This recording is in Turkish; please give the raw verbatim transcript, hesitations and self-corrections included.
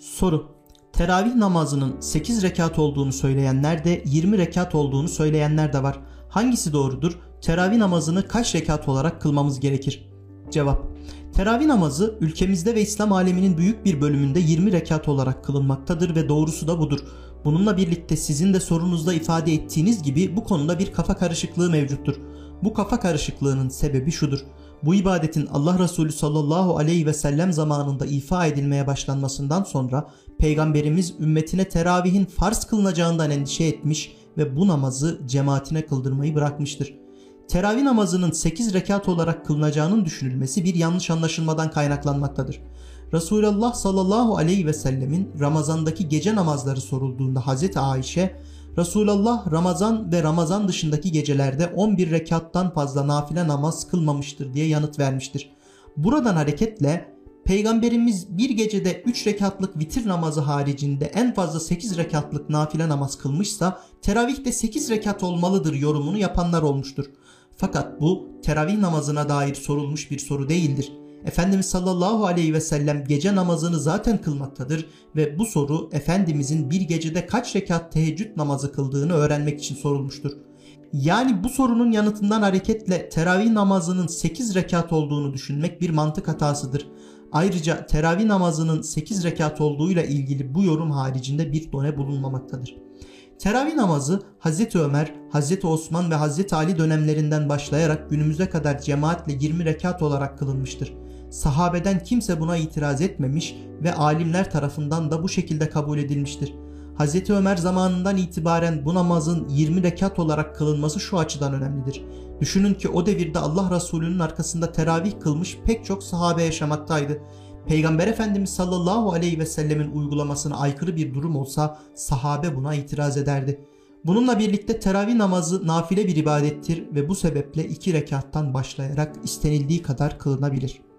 Soru: Teravih namazının sekiz rekat olduğunu söyleyenler de yirmi rekat olduğunu söyleyenler de var. Hangisi doğrudur? Teravih namazını kaç rekat olarak kılmamız gerekir? Cevap: Teravih namazı ülkemizde ve İslam aleminin büyük bir bölümünde yirmi rekat olarak kılınmaktadır ve doğrusu da budur. Bununla birlikte sizin de sorunuzda ifade ettiğiniz gibi bu konuda bir kafa karışıklığı mevcuttur. Bu kafa karışıklığının sebebi şudur: bu ibadetin Allah Resulü sallallahu aleyhi ve sellem zamanında ifa edilmeye başlanmasından sonra Peygamberimiz ümmetine teravihin farz kılınacağından endişe etmiş ve bu namazı cemaatine kıldırmayı bırakmıştır. Teravih namazının sekiz rekat olarak kılınacağının düşünülmesi bir yanlış anlaşılmadan kaynaklanmaktadır. Resulullah sallallahu aleyhi ve sellemin Ramazandaki gece namazları sorulduğunda Hazreti Ayşe, Resulullah Ramazan ve Ramazan dışındaki gecelerde on bir rekattan fazla nafile namaz kılmamıştır diye yanıt vermiştir. Buradan hareketle Peygamberimiz bir gecede üç rekatlık vitir namazı haricinde en fazla sekiz rekatlık nafile namaz kılmışsa teravih de sekiz rekat olmalıdır yorumunu yapanlar olmuştur. Fakat bu teravih namazına dair sorulmuş bir soru değildir. Efendimiz sallallahu aleyhi ve sellem gece namazını zaten kılmaktadır ve bu soru Efendimizin bir gecede kaç rekat teheccüd namazı kıldığını öğrenmek için sorulmuştur. Yani bu sorunun yanıtından hareketle teravih namazının sekiz rekat olduğunu düşünmek bir mantık hatasıdır. Ayrıca teravih namazının sekiz rekat olduğuyla ilgili bu yorum haricinde bir done bulunmamaktadır. Teravih namazı Hazreti Ömer, Hazreti Osman ve Hazreti Ali dönemlerinden başlayarak günümüze kadar cemaatle yirmi rekat olarak kılınmıştır. Sahabeden kimse buna itiraz etmemiş ve alimler tarafından da bu şekilde kabul edilmiştir. Hazreti Ömer zamanından itibaren bu namazın yirmi rekat olarak kılınması şu açıdan önemlidir. Düşünün ki o devirde Allah Resulü'nün arkasında teravih kılmış pek çok sahabe yaşamaktaydı. Peygamber Efendimiz sallallahu aleyhi ve sellemin uygulamasına aykırı bir durum olsa sahabe buna itiraz ederdi. Bununla birlikte teravih namazı nafile bir ibadettir ve bu sebeple iki rekattan başlayarak istenildiği kadar kılınabilir.